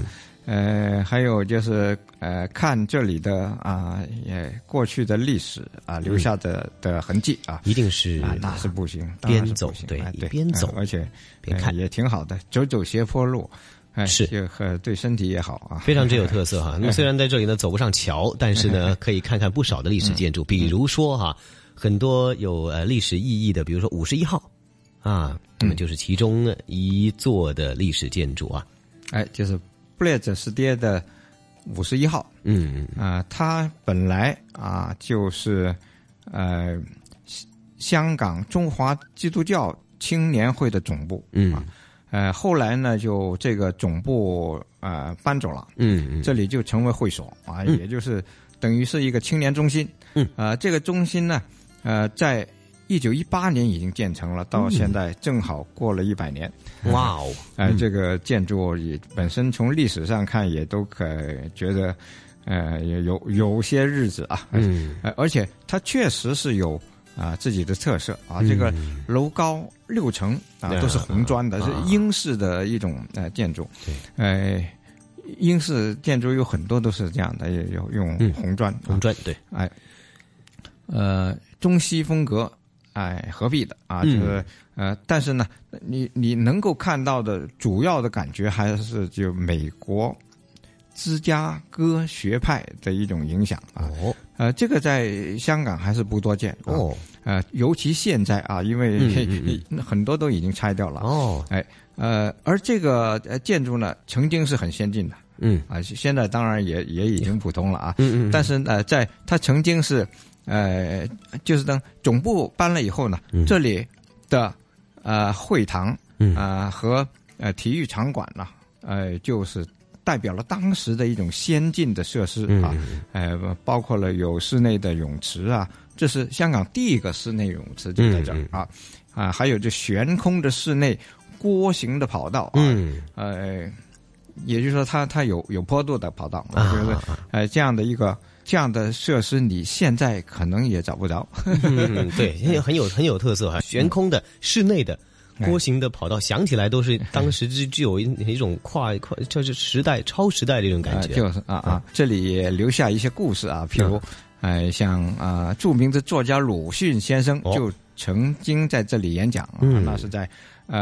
Speaker 11: 还有就是看这里的过去的历史啊留下的痕迹啊，
Speaker 10: 一定是
Speaker 11: 那是不行，
Speaker 10: 边走对，边走，
Speaker 11: 而且
Speaker 10: 边看
Speaker 11: 也挺好的，走斜坡路。
Speaker 10: 是，
Speaker 11: 对身体也好啊，
Speaker 10: 非常之有特色哈。那么虽然在这里呢走不上桥，但是呢可以看看不少的历史建筑，比如说哈，很多有历史意义的，比如说51号啊，那么就是其中一座的历史建筑啊，
Speaker 11: 就是布列哲士街的51号，它本来就是香港中华基督教青年会的总部，后来呢，就这个总部搬走了，这里就成为会所啊，也就是等于是一个青年中心，这个中心呢，在1918年已经建成了，到现在正好过了100年。
Speaker 10: 哇哦！
Speaker 11: 这个建筑也本身从历史上看也都觉得有些日子啊，而且它确实是有自己的特色啊，这个楼高6层都是红砖的，是英式的一种建筑。英式建筑有很多都是这样的，也有用红砖。
Speaker 10: 红砖对，
Speaker 11: 中西风格合璧的啊，就是但是呢，你能够看到的主要的感觉还是就美国芝加哥学派的一种影响啊。这个在香港还是不多见尤其现在啊，因为很多都已经拆掉了而这个建筑呢，曾经是很先进的，现在当然也已经普通了啊，但是在它曾经是就是等总部搬了以后呢，这里的会堂和体育场馆呢，就是代表了当时的一种先进的设施包括了有室内的泳池啊，这是香港第一个室内泳池就在这儿还有这悬空的室内锅形的跑道也就是说它有坡度的跑道就是这样的设施你现在可能也找不着
Speaker 10: 对，很有特色悬空的室内的锅形的跑道，想起来都是当时具有一种就是超时代的一种感觉。
Speaker 11: 就是这里也留下一些故事啊，譬如像著名的作家鲁迅先生就曾经在这里演讲那是在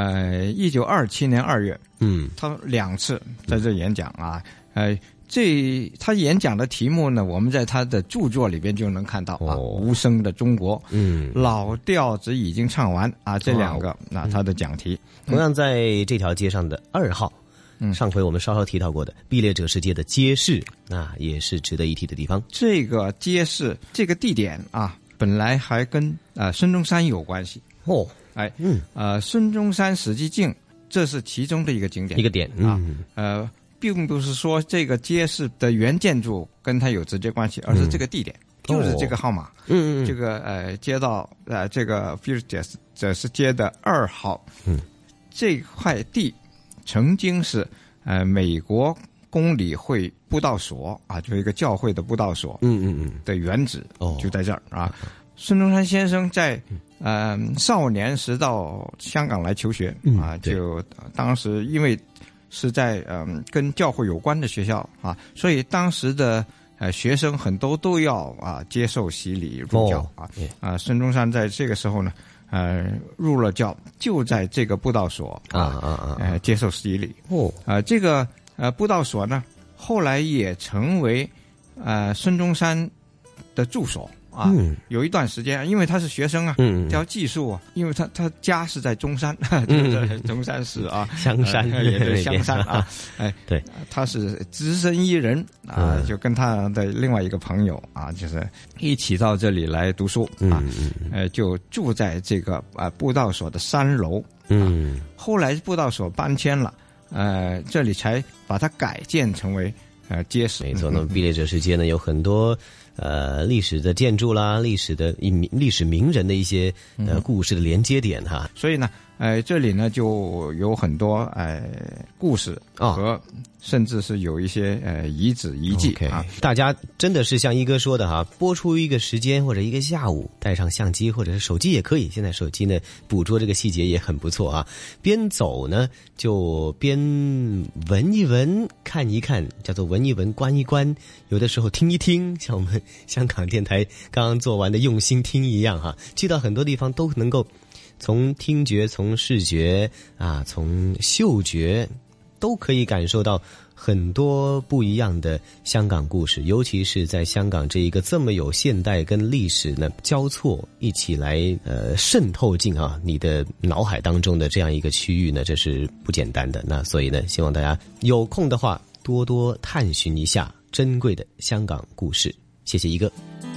Speaker 11: 1927年2月，他2次在这演讲他演讲的题目呢，我们在他的著作里边就能看到无声的中国，老调子已经唱完这两个他的讲题。
Speaker 10: 同样在这条街上的2号，上回我们稍稍提到过的毕列哲士街的街市也是值得一提的地方。
Speaker 11: 这个街市这个地点本来还跟孙中山有关系孙中山史迹径这是其中的一个景点，
Speaker 10: 一个点
Speaker 11: 并不是说这个街市的原建筑跟它有直接关系，而是这个地点，就是这个号码。这个街道这个毕列哲士街的2号，这块地曾经是美国公理会布道所就一个教会的布道所的原址就在这儿孙中山先生在少年时到香港来求学就当时因为是在跟教会有关的学校所以当时的学生很多都要接受洗礼入教孙中山在这个时候呢入了教，就在这个布道所接受洗礼这个布道所呢后来也成为孙中山的住所有一段时间，因为他是学生教技术因为他家是在中山，就是中山市
Speaker 10: 香山
Speaker 11: 也是香山
Speaker 10: 对，
Speaker 11: 他是只身一人就跟他的另外一个朋友就是一起到这里来读书就住在这个布道所的3楼后来布道所搬迁了这里才把它改建成为街市。
Speaker 10: 没错，那么毕列哲士街呢有很多历史的建筑啦，历史名人的一些故事的连接点
Speaker 11: 所以呢这里呢就有很多故事和甚至是有一些遗址遗迹啊。
Speaker 10: 大家真的是像一哥说的哈，播出一个时间或者一个下午，带上相机或者是手机也可以。现在手机呢捕捉这个细节也很不错啊。边走呢就边闻一闻看一看，叫做闻一闻观一观，有的时候听一听，像我们香港电台刚刚做完的用心听一样哈。去到很多地方都能够从听觉从视觉啊从嗅觉都可以感受到很多不一样的香港故事，尤其是在香港这一个这么有现代跟历史呢交错一起来渗透进啊你的脑海当中的这样一个区域呢，这是不简单的。那所以呢，希望大家有空的话多多探寻一下珍贵的香港故事。谢谢一哥。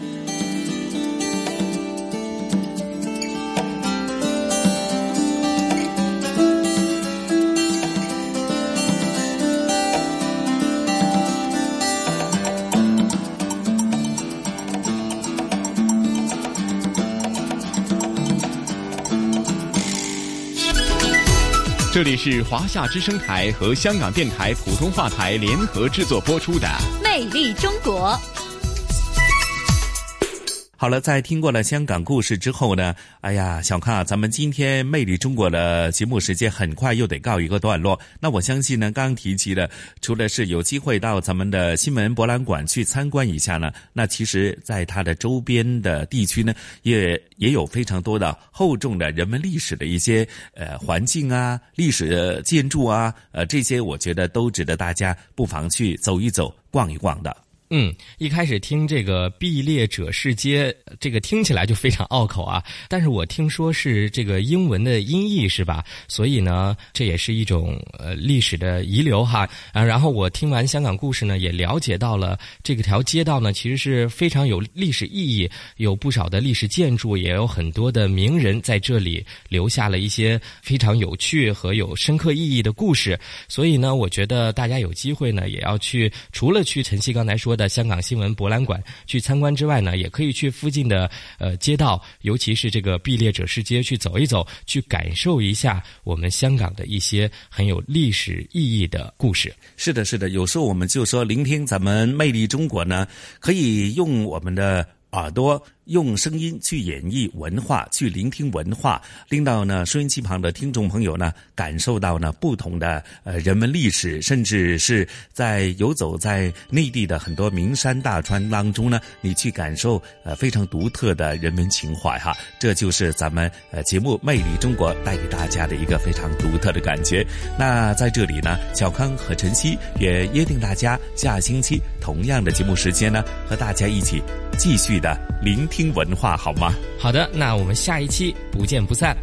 Speaker 6: 这里是华夏之声台和香港电台普通话台联合制作播出的《
Speaker 9: 魅力中国》。
Speaker 3: 好了，在听过了香港故事之后呢，哎呀，小康啊，咱们今天魅力中国的节目时间很快又得告一个段落。那我相信呢，刚刚提及的，除了是有机会到咱们的新闻博览馆去参观一下呢，那其实在它的周边的地区呢，也有非常多的厚重的人文历史的一些环境啊、历史建筑啊，这些我觉得都值得大家不妨去走一走、逛一逛的。
Speaker 4: 一开始听这个毕列者士街，这个听起来就非常拗口啊，但是我听说是这个英文的音译是吧？所以呢，这也是一种历史的遗留哈。然后我听完香港故事呢，也了解到了这个条街道呢，其实是非常有历史意义，有不少的历史建筑，也有很多的名人在这里留下了一些非常有趣和有深刻意义的故事。所以呢，我觉得大家有机会呢，也要去，除了去晨曦刚才说的香港新闻博览馆去参观之外呢，也可以去附近的街道，尤其是这个毕列者士街去走一走，去感受一下我们香港的一些很有历史意义的故事。
Speaker 3: 是的，是的，有时候我们就说聆听咱们魅力中国呢，可以用我们的耳朵用声音去演绎文化，去聆听文化，令到呢收音机旁的听众朋友呢感受到呢不同的人文历史，甚至是在游走在内地的很多名山大川当中呢，你去感受非常独特的人文情怀哈。这就是咱们节目魅力中国带给大家的一个非常独特的感觉。那在这里呢，小康和晨曦也约定大家下星期同样的节目时间呢，和大家一起继续的聆听文化，好吗？
Speaker 4: 好的，那我们下一期不见不散。